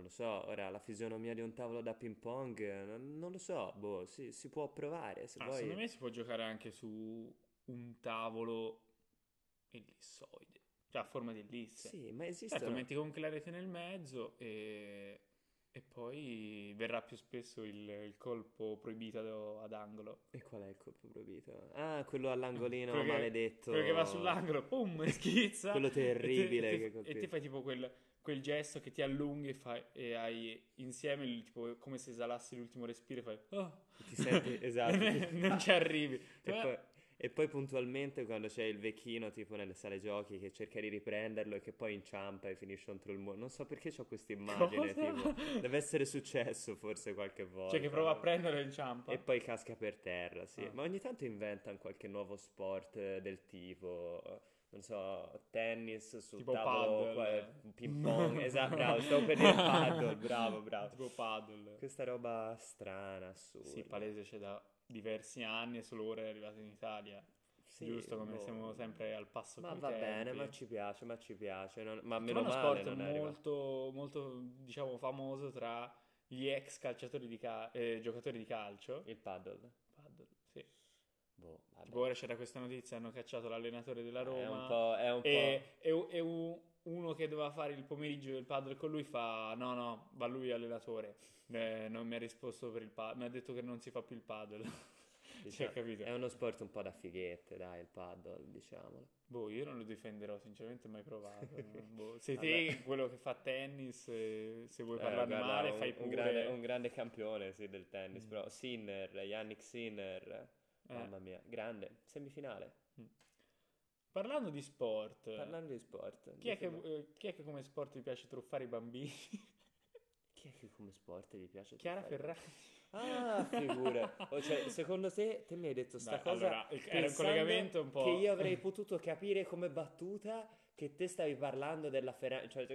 lo so, ora la fisionomia di un tavolo da ping pong, non lo so, boh, si può provare, se Secondo vuoi. me si può giocare anche su un tavolo ellissoide, cioè a forma di ellisse. Sì, ma Certo, esistono. metti comunque la rete nel mezzo e poi verrà più spesso il colpo proibito ad angolo. E qual è il colpo proibito? Ah, quello all'angolino Quello che va maledetto. sull'angolo, pum, e schizza Quello terribile che e te colpisce. fai tipo quel gesto che ti allunghi e hai insieme tipo come se esalassi l'ultimo respiro e fai "Oh", Ti senti, e esatto. non ci arrivi. E poi, e poi puntualmente quando c'è il vecchino tipo nelle sale giochi che cerca di riprenderlo e che poi inciampa e finisce contro il muro. Non so perché ho questa immagine, Cosa? tipo, deve essere successo forse qualche Cioè che volta, prova a no? prenderlo e E inciampa? poi casca per terra, sì. Ah. Ma ogni tanto inventano qualche nuovo sport del tipo, non so, tennis sul Tipo tavolo, paddle. ping pong. Esatto, bravo, stavo per dire paddle, bravo, bravo. Tipo paddle. Questa roba strana, Sì, assurda. palese c'è da diversi anni e solo ora è arrivato in Italia. Sì, Giusto, come boh. siamo sempre al passo Ma coi va bene, tempi. ma ci piace. Ma Secondo meno me è uno male sport non arriva. molto, molto, diciamo, famoso tra gli ex calciatori giocatori di calcio. Il paddle. Paddle, sì. Boh, Tipo vabbè. ora c'era questa notizia, hanno cacciato l'allenatore della È un Roma po', è un po'. uno che doveva fare il pomeriggio del padre con lui fa no, no, va lui allenatore. Non mi ha risposto per il padre, mi ha detto che non si fa più il paddle. Cioè, Diciamo, capito? è uno sport un po' da fighette, dai, il paddle, diciamolo. Boh, io non lo difenderò, sinceramente mai provato. Boh, sei Vabbè, te quello che fa tennis, se vuoi parlarne guarda, male, fai un pure. grande campione, sì, del tennis, Mm, però Sinner, Yannick Sinner, eh, mamma mia, grande, semifinale. mm. Parlando di sport, Parlando di sport, chi è che, difendo. chi è che come sport ti piace truffare i bambini? Chi è che come sport gli piace Chiara truffare i Ferragni. bambini? Ah, figura. Oh, cioè, secondo te mi hai detto sta Dai, cosa allora, era un collegamento pensando un che io po'. avrei potuto capire come battuta che te stavi parlando della Ferrari, cioè,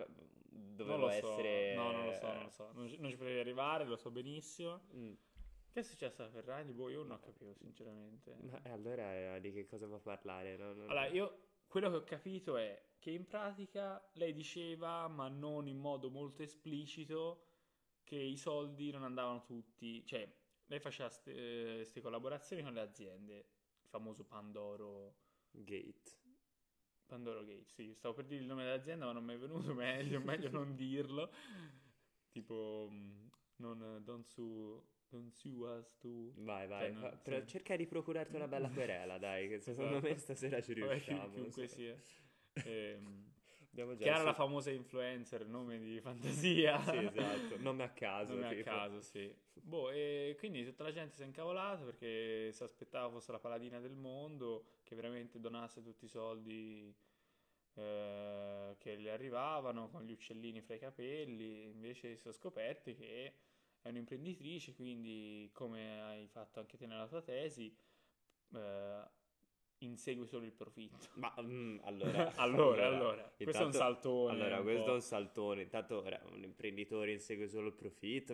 Non dovevo lo so, no, non lo so, non lo essere. so. Non ci potevi arrivare, lo so benissimo. Mm. Che è successo a Ferragni? Boh, io non Ma, ho capito, ma sinceramente. allora di che cosa va a parlare? Allora, io quello che ho capito è che in pratica lei diceva, ma non in modo molto esplicito, che i soldi non andavano tutti, cioè lei faceva queste collaborazioni con le aziende, il famoso Gate. Pandoro Gate, sì, stavo per dire il nome dell'azienda, ma non mi è venuto meglio, meglio non dirlo. Tipo, non, don't sue us to. Vai, Cioè, vai, sì. cerca di procurarti una bella querela, dai, che secondo me Esatto. stasera ci Vabbè, riusciamo. chiunque sia. Ehm, Abbiamo già Chiara la su. famosa influencer, nome di Sì, fantasia. esatto, nome a caso, Nome a tipo. caso, sì. Boh, e quindi tutta la gente si è incavolata perché si aspettava fosse la paladina del mondo, che veramente donasse tutti i soldi che le arrivavano con gli uccellini fra i capelli. Invece si sono scoperti che è un'imprenditrice, quindi come hai fatto anche te nella tua tesi, eh, insegue solo il profitto. Ma allora, allora, Allora, questo è un intanto, saltone allora, un questo è un po'. saltone. Intanto, ora, un imprenditore insegue solo il profitto,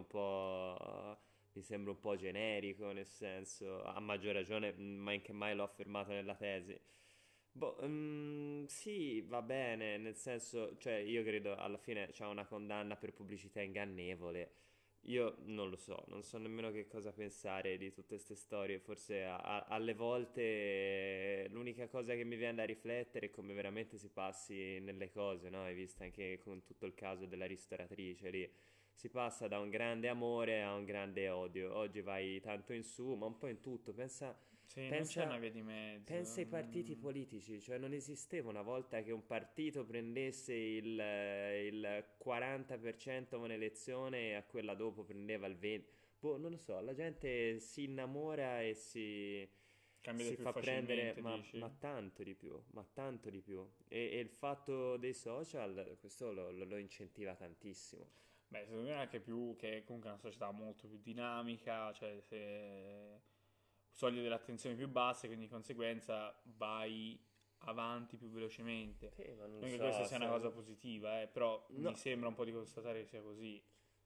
mi sembra un po' generico, nel senso, a maggior ragione, mai che mai l'ho affermato nella tesi. Boh, sì, va bene, nel senso, cioè, io credo alla fine c'è una condanna per pubblicità ingannevole. Io non lo so, non so nemmeno che cosa pensare di tutte queste storie. Forse alle volte l'unica cosa che mi viene da riflettere è come veramente si passi nelle cose, no? Hai visto anche con tutto il caso della ristoratrice lì. Si passa da un grande amore a un grande odio. Oggi vai tanto in su, ma un po' in tutto. Sì, non c'è una Pensa, via di mezzo. pensa ai partiti politici, cioè non esisteva una volta che un partito prendesse il 40% un'elezione e a quella dopo prendeva il 20%. Boh, non lo so, la gente si innamora e Cambia si più fa prendere, facilmente, ma dici? tanto di più, ma tanto di più. E il fatto dei social, questo lo incentiva tantissimo. Beh, secondo me è anche più che comunque è una società molto più dinamica, cioè se soglie dell'attenzione più basse, quindi di conseguenza vai avanti più velocemente. Sì, ma non lo Non che questa so, sia una cosa positiva, però mi no. sembra un po' di constatare che sia così.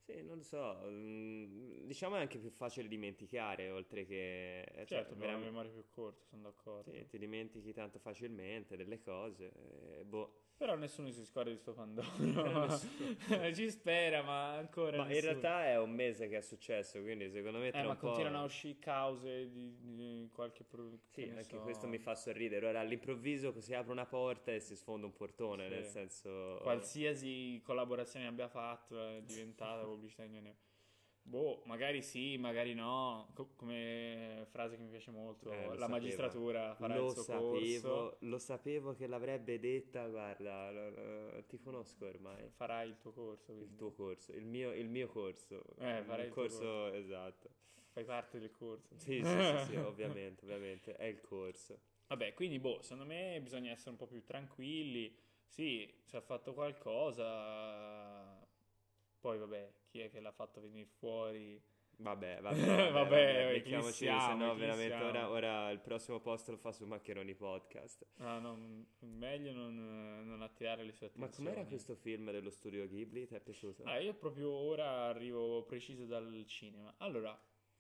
Sì, non lo so, diciamo è anche più facile dimenticare, oltre che, cioè, Certo, abbiamo una memoria più corta, sono d'accordo. sì, ti dimentichi tanto facilmente delle cose, boh. Però nessuno si scorda di sto Però Pandoro. nessuno... Ci spera, ma ancora Ma in nessuno. realtà è un mese che è successo, quindi secondo me tra Ma un continuano a po'... uscire cause di qualche... che Sì, ne anche questo mi so... fa sorridere. Ora all'improvviso si apre una porta e si sfonda un portone, nel Sì. senso... Qualsiasi collaborazione abbia fatto è diventata pubblicità in. Boh, magari sì, magari no. Come frase che mi piace molto, Lo la sapevo. magistratura farà il suo corso, Lo sapevo che l'avrebbe detta, guarda, ti conosco ormai. farai il tuo corso, Il quindi. tuo corso, il mio corso, Farai il il tuo corso. corso esatto. Fai parte del corso. Sì, sì, sì, sì, ovviamente, ovviamente, è il corso. Vabbè, quindi boh, secondo me bisogna essere un po' più tranquilli. Sì, ci ha fatto qualcosa. Poi vabbè, chi è che l'ha fatto venire fuori? Vabbè, vabbè, vabbè, vabbè, Vabbè, mettiamoci, se no veramente eclissiamo. ora il prossimo post lo fa su Maccheroni Podcast. No, meglio non attirare le sue Ma com'era attenzioni. questo film dello studio Ghibli? Ti è piaciuto? Allora, io proprio ora arrivo preciso dal cinema. Allora,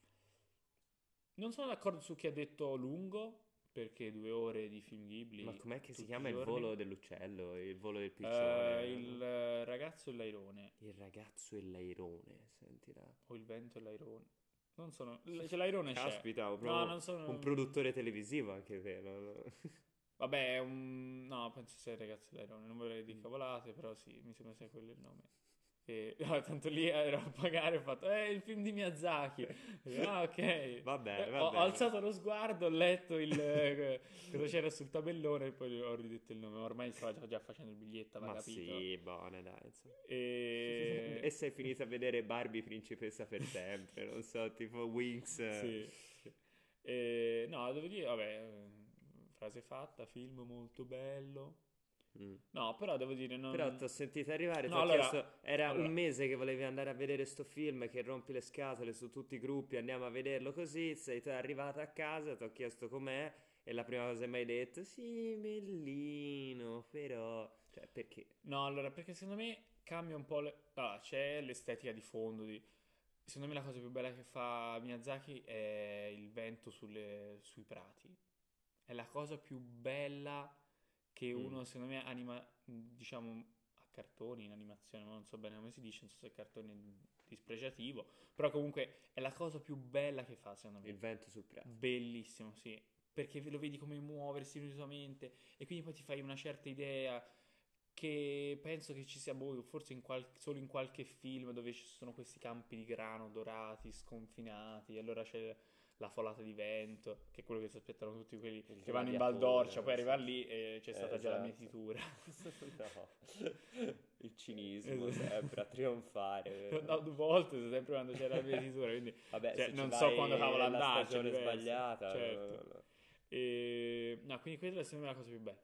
non sono d'accordo su chi ha detto lungo, perché 2 ore di film Ma Ghibli com'è che si tutti i chiama il giorni. volo dell'uccello, il volo del piccione? Il ragazzo e l'airone, Il ragazzo e l'airone, sentila. o il vento e l'airone. Non sono... C'è l'airone c'è. Caspita, No, proprio non un sono... produttore televisivo anche te, no? Vabbè, è un... No, penso sia il ragazzo e l'airone. Non vorrei dire cavolate, però sì, mi sembra sia quello il nome. E tanto lì ero a pagare, ho fatto, il film di Miyazaki. Ok. Va bene, va Ho bene. alzato lo sguardo, ho letto cosa c'era sul tabellone e poi ho ridetto il nome. Ormai stava già facendo il biglietto, aveva Ma capito. sì, buone dai, insomma. E E... sei finita a vedere Barbie principessa per sempre, non so, tipo Winx. Sì, sì. No, devo dire, vabbè, frase fatta, film molto bello. Mm. No, però devo dire, Però non... ti ho sentito arrivare, ti No, ho allora... chiesto, era un Allora, mese che volevi andare a vedere sto film che rompi le scatole su tutti i gruppi, andiamo a vederlo così, sei tu arrivata a casa, ti ho chiesto com'è e la prima cosa che mi hai detto, sì, bellino, però... Cioè, perché? no, allora, perché secondo me cambia un po'. Allora, c'è l'estetica di fondo. Secondo me la cosa più bella che fa Miyazaki è il vento sui prati. È la cosa più bella che Mm. uno, secondo me, anima, diciamo, a cartoni, in animazione, ma non so bene come si dice, non so se è cartone dispregiativo, però comunque è la cosa più bella che fa, secondo Il me. vento sul prato. Bellissimo, sì. Perché lo vedi come muoversi sinuosamente e quindi poi ti fai una certa idea che penso che ci sia boh, forse solo in qualche film dove ci sono questi campi di grano dorati, sconfinati, e allora c'è la folata di vento, che è quello che si aspettano tutti quelli Il che vanno in Val d'Orcia, poi gladiatore, sì, arrivare sì. lì e c'è stata già la Esatto. mietitura. No. Il cinismo sempre a trionfare, No, vero? 2 volte, sempre quando c'è la mietitura, quindi Vabbè, cioè, se ci non so quando vai cavolo nella andarci, è stagione diverso, sbagliata, certo. No, quindi quella è secondo me la cosa più bella.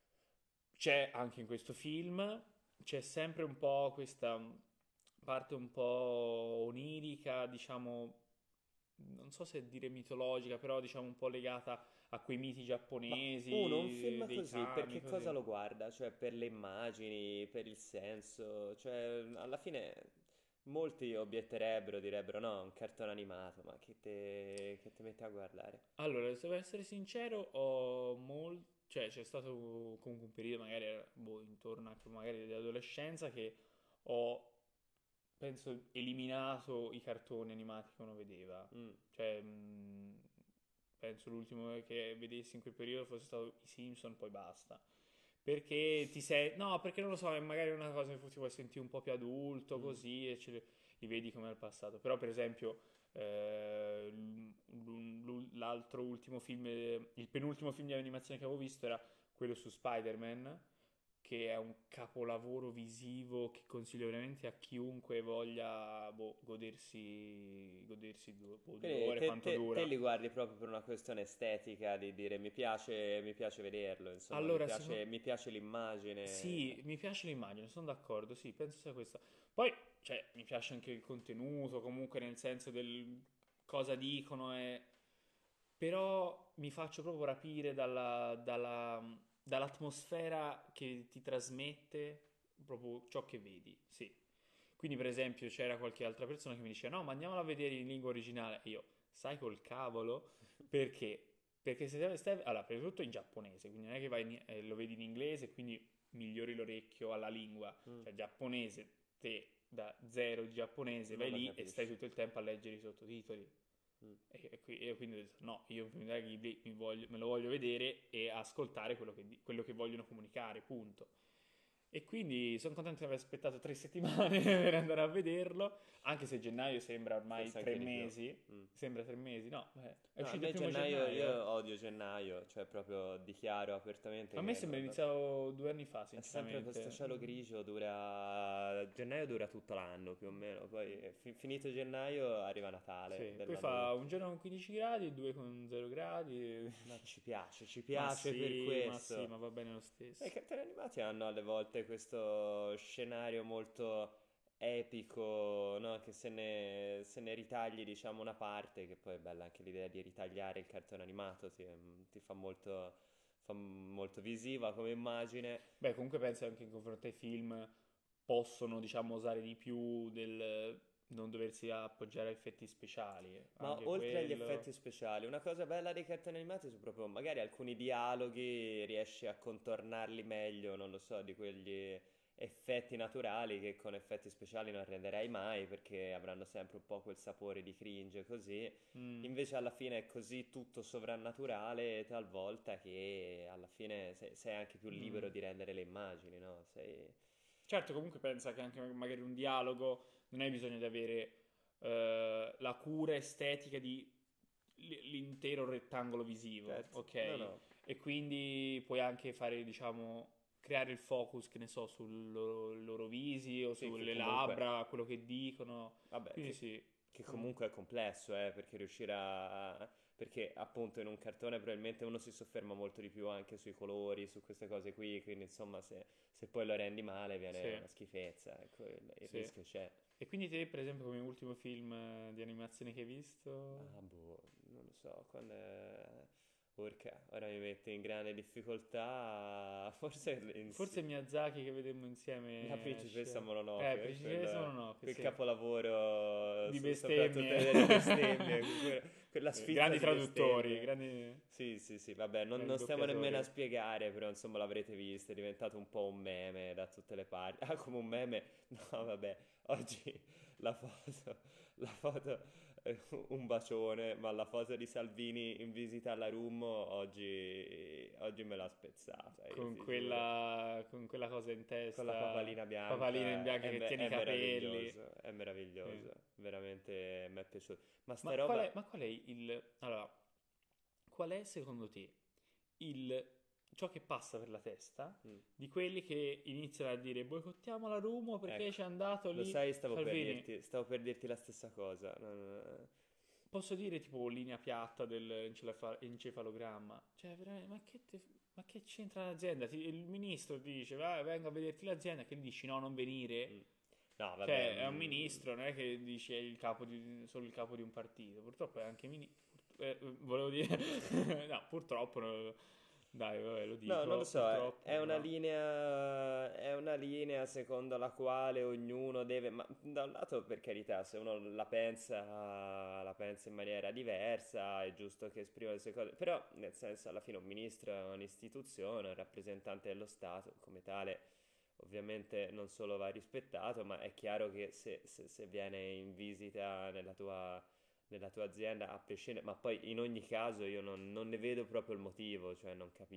C'è anche in questo film, c'è sempre un po' questa parte un po' onirica, diciamo, non so se dire mitologica, però diciamo un po' legata a quei miti ma uno, un giapponesi, film dei così, per kami, che cosa così. lo guarda? Cioè, per le immagini, per il senso? Cioè, alla fine molti obietterebbero, direbbero no, un cartone animato, ma che te metti a guardare? Allora, se devo essere sincero, ho molto... Cioè, c'è stato comunque un periodo, magari, boh, intorno anche magari all'adolescenza, che ho, penso, eliminato i cartoni animati che uno vedeva. Mm, Cioè, penso l'ultimo che vedessi in quel periodo fosse stato i Simpson, poi basta. Perché ti sei... No, perché non lo so, è magari una cosa che ti vuoi sentire un po' più adulto, mm. così, e li vedi come al passato. Però, per esempio, l'altro ultimo film, il penultimo film di animazione che avevo visto era quello su Spider-Man, che è un capolavoro visivo che consiglio veramente a chiunque voglia boh, godersi 2 ore, Quindi quanto te dura. li guardi proprio per una questione estetica, di dire mi piace vederlo, insomma, Allora, mi piace l'immagine. sì, mi piace l'immagine, sono d'accordo, sì, penso sia questa. Poi, cioè, mi piace anche il contenuto, comunque nel senso del cosa dicono, però mi faccio proprio rapire dall'atmosfera che ti trasmette proprio ciò che vedi, sì. Quindi, per esempio, c'era qualche altra persona che mi diceva: no, ma andiamola a vedere in lingua originale. E io, sai col cavolo? Perché? Perché se stai... Allora, prima di tutto in giapponese, quindi non è che lo vedi in inglese, quindi migliori l'orecchio alla lingua. Mm, Cioè, giapponese, te da zero di giapponese non vai lo lì e stai capisci. tutto il tempo a leggere i sottotitoli. Mm. E quindi ho detto: no, io un film da Ghibli me lo voglio vedere e ascoltare quello che vogliono comunicare, punto. E quindi sono contento di aver aspettato 3 settimane per andare a vederlo, anche se gennaio sembra ormai Forse tre anche di più. mesi. Mm. Sembra 3 mesi, no, è No, a uscito il me primo gennaio, gennaio. io odio gennaio, cioè proprio dichiaro apertamente A me che sembra iniziato 2 anni fa, è sempre questo sinceramente. cielo grigio, gennaio dura tutto l'anno più o meno, poi finito gennaio arriva Sì, Natale poi dell'anno fa dopo. un giorno con 15 gradi e due con 0 gradi. Ma ci piace per Ma sì, questo. ma va bene lo E i stesso. cartoni animati hanno alle volte questo scenario molto epico, no? Che se ne ritagli, diciamo, una parte, che poi è bella anche l'idea di ritagliare il cartone animato, ti fa molto visiva come immagine. Beh, comunque penso anche in confronto ai film possono, diciamo, usare di più del non doversi appoggiare a effetti speciali. Ma Anche oltre agli effetti quello. speciali, una cosa bella dei cartoni animati sono proprio magari alcuni dialoghi riesci a contornarli meglio, non lo so, di quegli effetti naturali che con effetti speciali non renderei mai perché avranno sempre un po' quel sapore di cringe così. Mm, Invece alla fine è così tutto sovrannaturale talvolta che alla fine sei anche più libero mm. di rendere le immagini, no? Certo, comunque pensa che anche magari un dialogo non hai bisogno di avere la cura estetica di l'intero rettangolo visivo, Certo, ok? no no, E quindi puoi anche fare, diciamo, creare il focus, che ne so, sul loro visi o sì che sulle comunque, labbra, quello che dicono. vabbè, Quindi sì. che Mm. comunque è complesso, perché riuscire a... Perché appunto in un cartone probabilmente uno si sofferma molto di più anche sui colori, su queste cose qui, quindi insomma se poi lo rendi male viene Sì, una schifezza, ecco, il sì. rischio c'è. E quindi te, per esempio, come ultimo film di animazione che hai Ma visto? boh, non lo so, quando è... Urca, ora mi mette in grande difficoltà, forse Forse Miyazaki che vedemmo La insieme principessa Mononoke, Principessa Mononoke, quel sì. capolavoro, Di soprattutto bestemmie. delle bestemmie, quella sfilza Grandi di traduttori, bestemmie. grandi, Sì, vabbè, grandi non stiamo nemmeno a doppiatori. spiegare, però insomma l'avrete visto, è diventato un po' un meme da tutte le parti. Ah, come un meme? No, vabbè, oggi la foto, un bacione, ma la foto di Salvini in visita alla Room oggi me l'ha spezzata, io ti giuro. Con quella cosa in Con la testa, papalina papalina in bianca bianco che tiene i capelli. è Sì. meraviglioso, veramente mi è piaciuto. Ma sta roba, Ma qual è il... Allora, qual è secondo te il... ciò che passa per la testa mm, di quelli che iniziano a dire boicottiamo la Rumo perché ecco, c'è andato lo lì sai, Salvini? stavo per dirti la stessa cosa. Posso dire tipo linea piatta dell'encefalogramma? Cioè, veramente, ma che c'entra l'azienda? Il ministro ti dice, vai, vengo a vederti l'azienda, che gli dici no, non venire? Mm. No, vabbè, Cioè, è un ministro, non è che dici è solo il capo di un partito. Purtroppo è anche ministro. Volevo dire, no, purtroppo, dai, vabbè, lo no, non lo dico, so, purtroppo, però. è una linea secondo la quale ognuno deve, ma da un lato per carità, se uno la pensa in maniera diversa, è giusto che esprima le sue cose, però nel senso alla fine un ministro è un'istituzione, un rappresentante dello Stato, come tale ovviamente non solo va rispettato, ma è chiaro che se viene in visita nella tua azienda, a prescindere, ma poi in ogni caso io non ne vedo proprio il motivo, cioè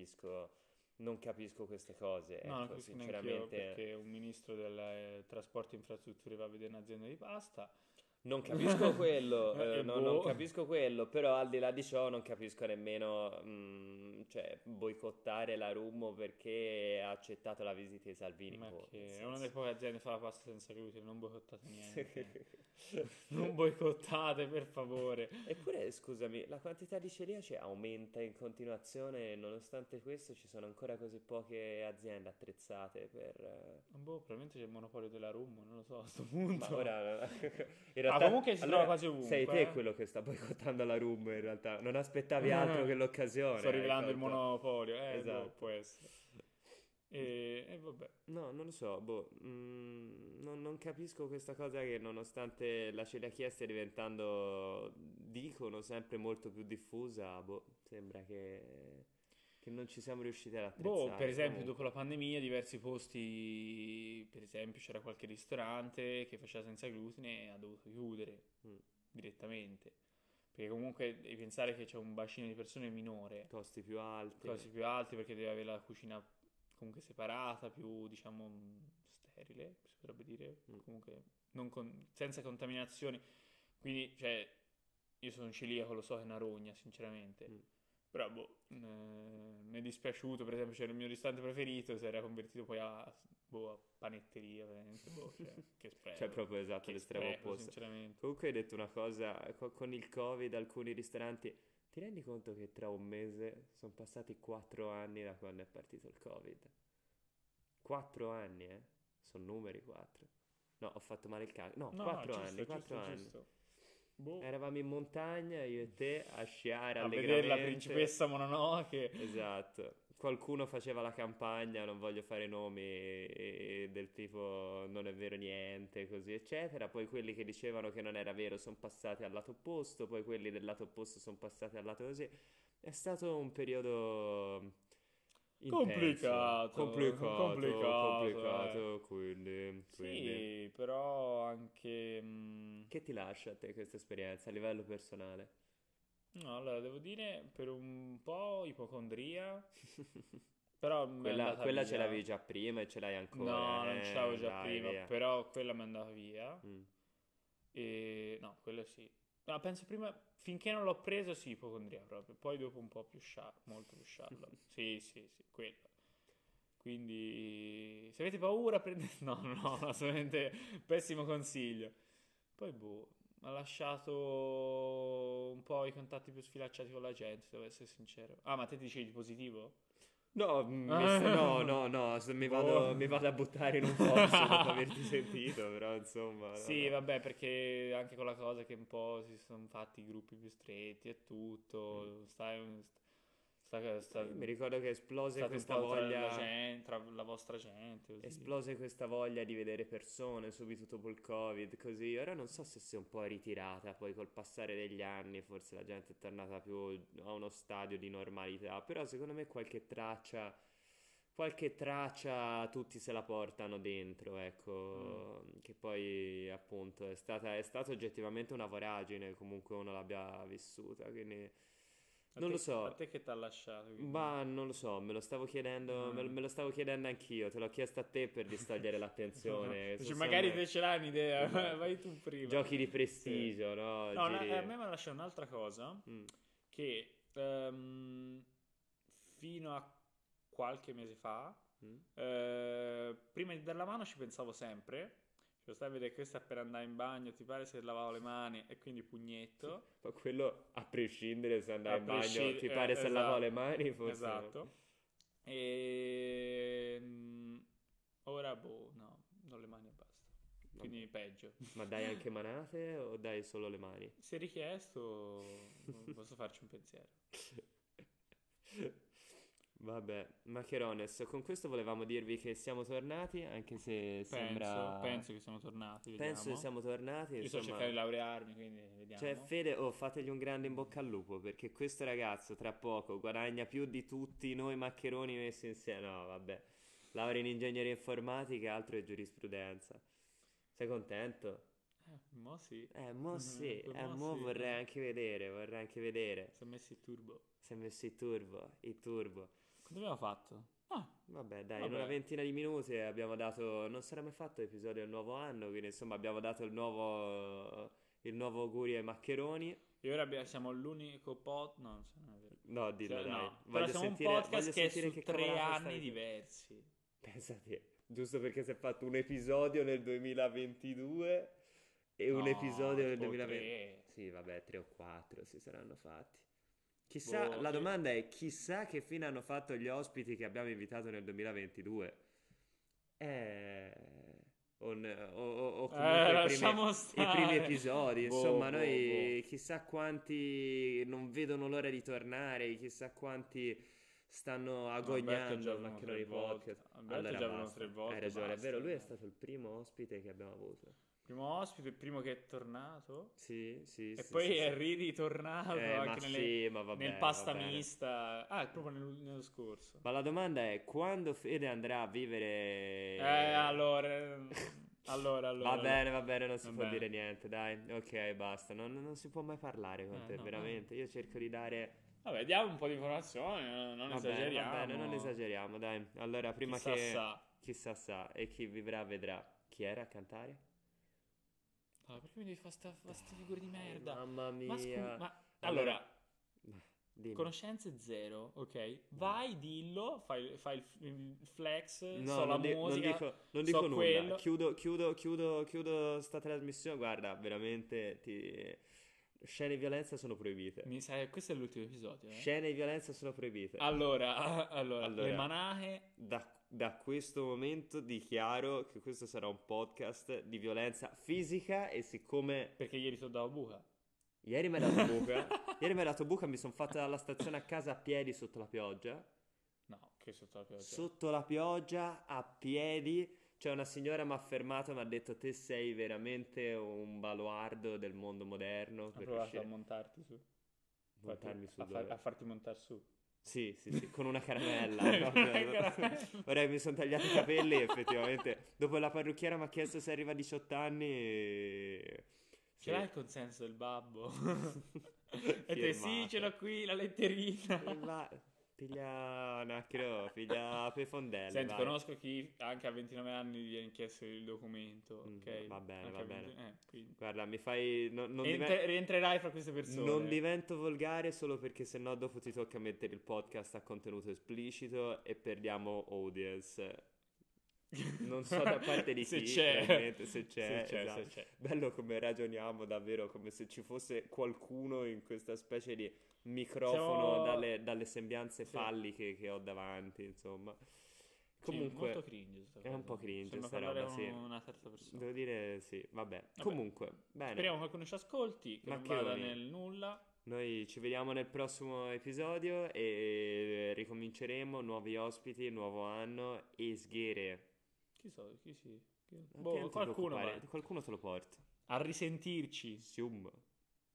non capisco queste cose, No, non ecco, capisco neanche io sinceramente perché un ministro dei trasporti e infrastrutture va a vedere un'azienda di pasta. non capisco quello, E no, non boh, capisco quello, però al di là di ciò non capisco nemmeno, cioè, boicottare la Rummo perché ha accettato la visita di Salvini, ma boh, nel che è una delle senso... poche aziende che fa la pasta senza glutine, non boicottate niente. Non boicottate, per favore. Eppure, scusami, la quantità di celiaci aumenta in continuazione e nonostante questo ci sono ancora così poche aziende attrezzate per... Boh, probabilmente c'è il monopolio della rum, non lo so a sto Ma punto. ora, in Ah, realtà, comunque si trova allora quasi sei te ovunque, quello che sta boicottando la room in realtà, non aspettavi altro che eh. Sto l'occasione, hai rivelando il colto. monopolio, boh, Esatto. può essere. E vabbè. No, non lo so, boh, non capisco questa cosa che nonostante la celiachia stia diventando, dicono, sempre molto più diffusa, boh, sembra che non ci siamo riusciti ad Boh, per attrezzare. esempio, dopo Comunque, la pandemia, diversi posti, per esempio, c'era qualche ristorante che faceva senza glutine e ha dovuto chiudere mm, direttamente. Perché comunque devi pensare che c'è un bacino di persone minore, costi più alti. costi più alti perché deve avere la cucina comunque separata, più diciamo sterile, si potrebbe dire, Mm, comunque senza contaminazioni. Quindi, cioè, io sono celiaco, lo so che è una rogna, sinceramente. mm. Però, boh, mi è dispiaciuto, per esempio, c'era il mio ristorante preferito, si era convertito poi a panetteria, veramente, boh, cioè, Cioè, proprio esatto, che l'estremo spreco, opposto. sinceramente. Comunque hai detto una cosa, con il Covid alcuni ristoranti, ti rendi conto che tra un mese sono passati 4 anni da quando è partito il Covid? 4 anni, eh? Sono numeri 4. No, ho fatto male il calcolo. No, No, no, 4 anni, giusto, 4 giusto, anni. giusto. Boh, Eravamo in montagna, io e te, a sciare a vedere la allegramente. principessa Mononoke. Esatto. Qualcuno faceva la campagna, non voglio fare nomi, del tipo non è vero niente, così eccetera. Poi quelli che dicevano che non era vero sono passati al lato opposto, poi quelli del lato opposto sono passati al lato così. È stato un periodo intenso, Complicato, complicato. complicato, quindi. Sì, però anche... Che ti lascia a te questa esperienza a livello personale? no, allora, devo dire, per un po' ipocondria, però mi è andata Quella ce via. l'avevi già prima e ce l'hai No, ancora, non ce l'avevo già dai, prima, via. però quella mi è andata via. Mm. E no, quello sì. No, penso prima, finché non l'ho preso, sì, ipocondria proprio. Poi dopo un po' più sciallo, molto più sciallo. Sì, sì, sì, quello. Quindi, se avete paura, prendete... No, no, assolutamente pessimo consiglio. Poi, boh, mi ha lasciato un po' i contatti più sfilacciati con la gente, devo essere sincero. Ah, ma te ti dicevi positivo? No, no, no, no, Boh. mi vado a buttare in un fosso dopo averti sentito, però insomma, no, Sì, no. vabbè, perché anche con la cosa che un po' si sono fatti i gruppi più stretti e Mm. tutto, Io mi ricordo che state un po' tra la gente, tra la vostra gente, così. esplose questa voglia di vedere persone subito dopo il Covid, così. Ora non so se si è un po' ritirata, poi col passare degli anni forse la gente è tornata più a uno stadio di normalità, però secondo me qualche traccia tutti se la portano dentro, Mm. ecco, che poi appunto è stata oggettivamente una voragine, comunque uno l'abbia vissuta, quindi non lo A so. te che ti ha lasciato, quindi? Ma non lo so, me lo stavo chiedendo, Ah. me lo stavo chiedendo anch'io, te l'ho chiesto a te per distogliere l'attenzione. Dici, magari Sono, te ce l'hai un'idea, esatto. vai tu prima. Giochi di Sì. prestigio, no? No, a Giri. me mi ha lasciato un'altra cosa, Mm, che fino a qualche mese fa, mm. prima di dare la mano ci pensavo sempre. Cioè, stai a vedere questo è per andare in bagno, ti pare se lavavo le mani e quindi pugnetto. Ma quello a prescindere se andai A in bagno, ti pare se lavò le esatto, mani, forse no. esatto. E ora, boh, no, non le mani e basta. Vabbè. Quindi peggio. Ma dai anche manate o dai solo le mani? Se richiesto, posso farci un pensiero. Vabbè, Macherones, con questo volevamo dirvi che siamo tornati, anche se sembra. Penso che siamo tornati, Penso che vediamo. siamo tornati, Io sto cercando insomma. di laurearmi, quindi Cioè, vediamo. Fede, fategli un grande in bocca al lupo, perché questo ragazzo tra poco guadagna più di tutti noi maccheroni messi insieme. No, vabbè. Laurea in ingegneria informatica, altro è giurisprudenza. Sei contento? Mo sì. Mo sì, Mo mo sì. vorrei anche vedere. Si è messo il turbo. Si è messo il turbo. Quanto abbiamo fatto? Ah, Vabbè, dai, in una vabbè. ventina di minuti abbiamo dato. Non sarà mai fatto episodio del nuovo anno, quindi insomma abbiamo dato il nuovo augurio ai maccheroni. E ora siamo l'unico no, non è vero. No, dillo dai. No, però Voglio siamo un sentire, podcast voglio che è sentire su che tre cavolata anni stai dicendo. diversi. Pensate, giusto perché si è fatto un episodio nel 2022 e un No, episodio nel tipo 2020. tre. Sì, vabbè, 3 o 4 si saranno fatti. Chissà, Boh, la domanda è, chissà che fine hanno fatto gli ospiti che abbiamo invitato nel 2022. Eh, o comunque lasciamo i primi stare. episodi, Boh, insomma, boh, boh. noi chissà quanti non vedono l'ora di tornare, chissà quanti stanno Alberto è già agognando il venuto maccherone 3 di volte. podcast. Alberto è Allora già venuto basta, 3 volte. hai ragione, è Basta. vero, lui è stato il primo ospite che abbiamo avuto. Primo ospite, il primo che è tornato. Sì, sì, E sì, sì, poi sì. è ritornato Ma anche sì, ma va nel bene, va pasta bene. mista. Ah, è proprio nello scorso. Ma la domanda è, quando Fede andrà a vivere... Allora. Allora. Va bene, non si Va può dire bene. niente, dai. Ok, basta. Non si può mai parlare con te, No. veramente. Io cerco di dare... Vabbè, diamo un po' di informazioni, non Va bene, non esageriamo. esageriamo, dai. Allora, prima Chissà che... sa. Chissà sa, e chi vivrà vedrà. Chi era a cantare? Allora, perché mi devi fare sta figura di merda? Mamma Ma scusa, mia. ma Allora, allora, dimmi. conoscenze zero, ok? Dimmi. Vai, dillo, fai il flex, No, so la musica, non dico so nulla. quello. Chiudo sta trasmissione. Guarda, veramente scene di violenza sono proibite. Mi sa che questo è l'ultimo episodio, eh? Scene di violenza sono proibite. Allora, le Allora, manache. da questo momento dichiaro che questo sarà un podcast di violenza fisica e siccome Perché ieri ti ho dato buca. ieri mi hai dato buca, ieri mi hai dato buca, mi sono fatta dalla stazione a casa a piedi sotto la pioggia. No, che sotto la pioggia. Sotto la pioggia, a piedi, c'è una signora mi ha fermato e mi ha detto te sei veramente un baluardo del mondo moderno Ho per provato a riuscire a montarti su. montarmi su A dove? farti montare su. Sì, sì, sì, con una caramella. Con una Proprio. caramella. Ora che mi sono tagliati i capelli, effettivamente, dopo la parrucchiera mi ha chiesto se arriva a 18 anni. Ce Sì. l'hai il consenso del babbo? E te sì, ce Firmato. l'ho qui, la letterina. Piglia Nacro, piglia per fondelle, Senti, vai. conosco chi anche a 29 anni gli viene chiesto il documento, ok? Va bene, Anche va a bene. 20 quindi. Guarda, mi fai... Rientrerai fra queste Non persone. divento volgare solo perché sennò dopo ti tocca mettere il podcast a contenuto esplicito e perdiamo audience. Non so da parte di Se chi, c'è. probabilmente se Se c'è, c'è, se esatto. c'è. Bello come ragioniamo davvero, come se ci fosse qualcuno in questa specie di microfono Siamo. dalle sembianze Sì. falliche che ho davanti, insomma. Sì, molto Comunque, cringe sta è un po' cosa. cringe Sembra sta parlare roba, con sì. una terza persona. Devo dire sì, vabbè. Vabbè, Comunque, bene. speriamo che qualcuno ci ascolti, che non vada Maccheroni. nel nulla. Noi ci vediamo nel prossimo episodio e ricominceremo, nuovi ospiti, nuovo anno e sghere. Chi so, chi sì. Te non ti Qualcuno preoccupare, va. qualcuno te lo porta. A risentirci. Sium.